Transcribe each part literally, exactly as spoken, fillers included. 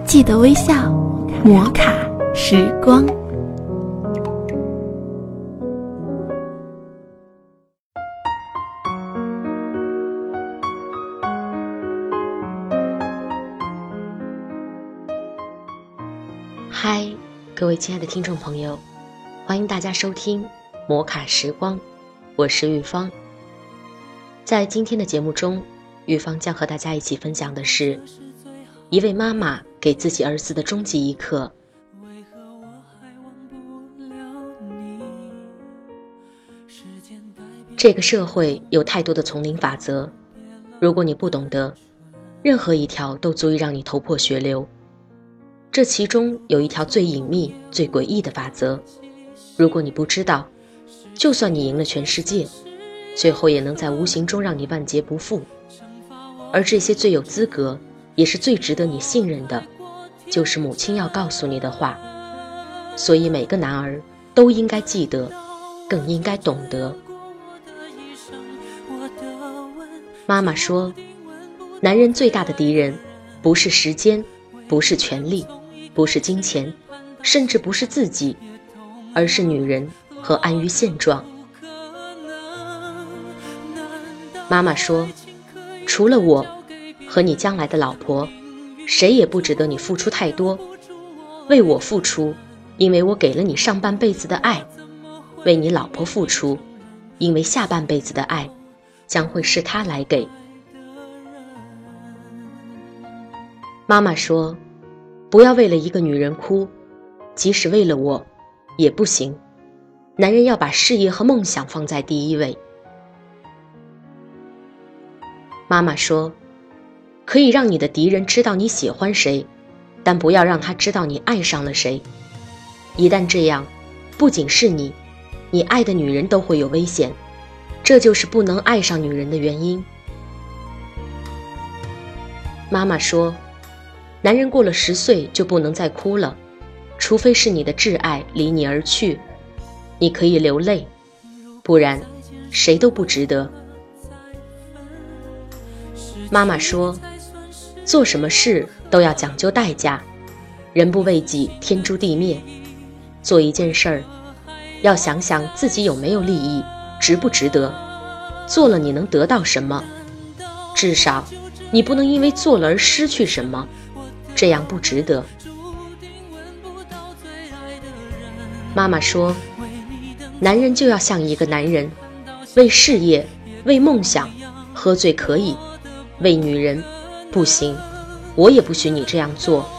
记得微笑，摩卡时光。 嗨，各位亲爱的听众朋友，欢迎大家收听摩卡时光，我是玉芳。在今天的节目中，玉芳将和大家一起分享的是一位妈妈给自己儿子的终极一课。这个社会有太多的丛林法则，如果你不懂得，任何一条都足以让你头破血流。这其中有一条最隐秘、最诡异的法则，如果你不知道，就算你赢了全世界，最后也能在无形中让你万劫不复。而这些最有资格，也是最值得你信任的，就是母亲要告诉你的话。所以每个男儿都应该记得，更应该懂得。妈妈说，男人最大的敌人不是时间，不是权力，不是金钱，甚至不是自己，而是女人和安于现状。妈妈说，除了我和你将来的老婆，谁也不值得你付出太多。为我付出，因为我给了你上半辈子的爱；为你老婆付出，因为下半辈子的爱将会是她来给。妈妈说，不要为了一个女人哭，即使为了我也不行。男人要把事业和梦想放在第一位。妈妈说，可以让你的敌人知道你喜欢谁，但不要让他知道你爱上了谁。一旦这样，不仅是你，你爱的女人都会有危险，这就是不能爱上女人的原因。妈妈说，男人过了十岁就不能再哭了，除非是你的挚爱离你而去，你可以流泪，不然谁都不值得。妈妈说，做什么事都要讲究代价，人不为己，天诛地灭。做一件事儿，要想想自己有没有利益，值不值得，做了你能得到什么，至少你不能因为做了而失去什么，这样不值得。妈妈说，男人就要像一个男人，为事业，为梦想，喝醉可以，为女人不行，我也不许你这样做。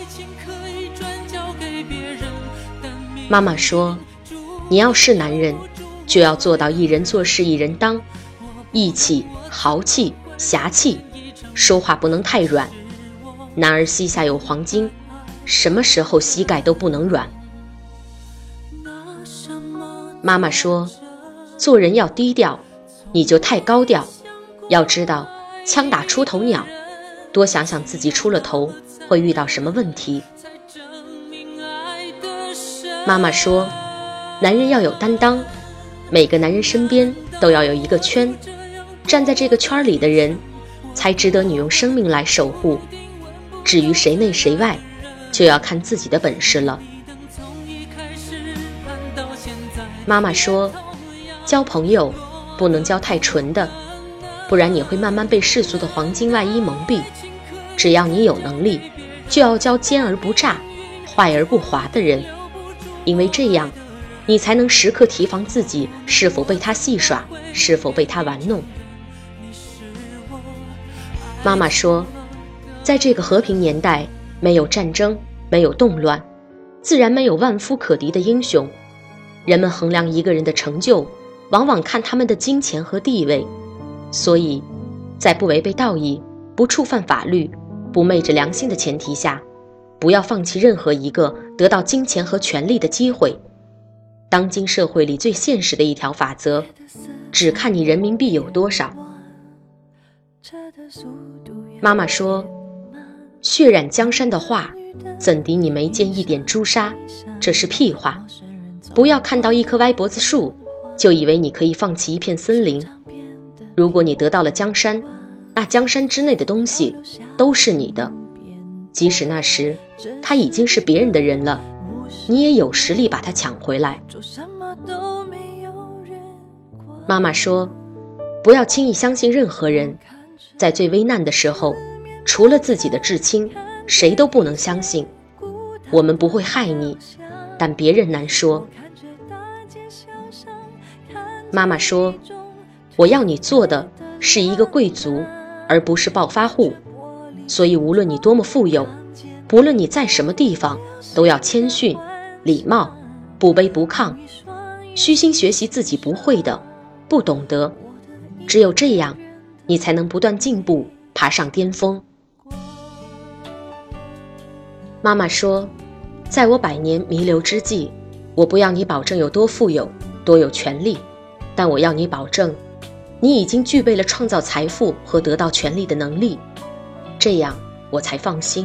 妈妈说，你要是男人，就要做到一人做事一人当，义气、豪气、侠气，说话不能太软。男儿膝下有黄金，什么时候膝盖都不能软。妈妈说，做人要低调，你就太高调。要知道，枪打出头鸟，多想想自己出了头会遇到什么问题。妈妈说，男人要有担当，每个男人身边都要有一个圈，站在这个圈里的人才值得你用生命来守护。至于谁内谁外，就要看自己的本事了。妈妈说，交朋友不能交太纯的，不然你会慢慢被世俗的黄金外衣蒙蔽。只要你有能力，就要交尖而不炸，坏而不滑的人，因为这样你才能时刻提防自己是否被他戏耍，是否被他玩弄。妈妈说，在这个和平年代，没有战争，没有动乱，自然没有万夫可敌的英雄。人们衡量一个人的成就，往往看他们的金钱和地位。所以在不违背道义，不触犯法律，不昧着良心的前提下，不要放弃任何一个得到金钱和权力的机会。当今社会里最现实的一条法则，只看你人民币有多少。妈妈说，血染江山的画，怎敌你眉间一点朱砂，这是屁话。不要看到一棵歪脖子树，就以为你可以放弃一片森林。如果你得到了江山，那江山之内的东西都是你的。 即使那时他已经是别人的人了，你也有实力把他抢回来。妈妈说，不要轻易相信任何人，在最危难的时候，除了自己的至亲，谁都不能相信。我们不会害你，但别人难说。妈妈说，我要你做的是一个贵族，而不是暴发户，所以无论你多么富有，不论你在什么地方，都要谦逊、礼貌、不卑不亢，虚心学习自己不会的、不懂得，只有这样，你才能不断进步，爬上巅峰。妈妈说，在我百年弥留之际，我不要你保证有多富有、多有权利，但我要你保证，你已经具备了创造财富和得到权利的能力，这样我才放心。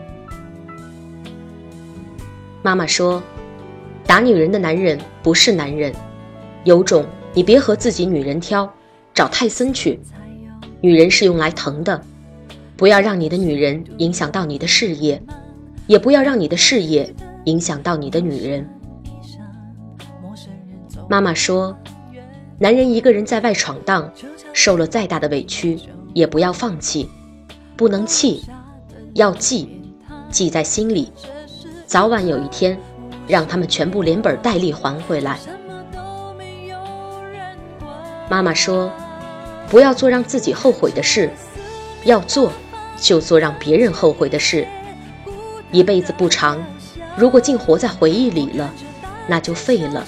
妈妈说，打女人的男人不是男人，有种你别和自己女人挑，找泰森去。女人是用来疼的，不要让你的女人影响到你的事业，也不要让你的事业影响到你的女人。妈妈说，男人一个人在外闯荡，受了再大的委屈也不要放弃，不能气，要记，记在心里，早晚有一天让他们全部连本带利还回来。妈妈说，不要做让自己后悔的事，要做就做让别人后悔的事。一辈子不长，如果竟活在回忆里了，那就废了。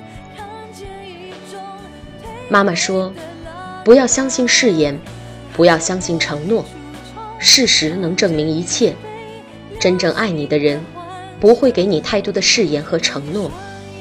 妈妈说，不要相信誓言，不要相信承诺，事实能证明一切。真正爱你的人不会给你太多的誓言和承诺。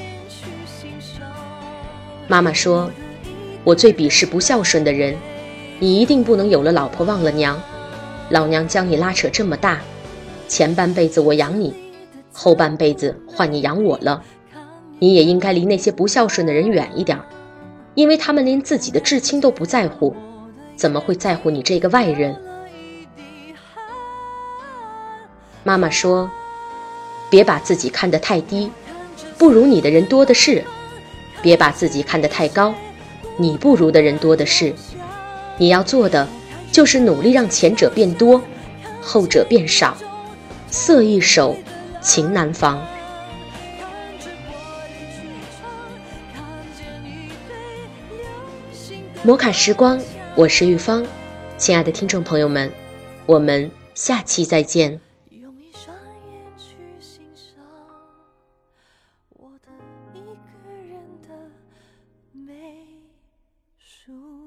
妈妈说，我最鄙视不孝顺的人，你一定不能有了老婆忘了娘，老娘将你拉扯这么大，前半辈子我养你，后半辈子换你养我了，你也应该离那些不孝顺的人远一点，因为他们连自己的至亲都不在乎，怎么会在乎你这个外人？妈妈说，别把自己看得太低，不如你的人多的是，别把自己看得太高，你不如的人多的是。你要做的就是努力让前者变多，后者变少，色易守，情难防。摩卡时光，我是玉芳，亲爱的听众朋友们，我们下期再见。用一双眼去欣赏我的一个人的美术。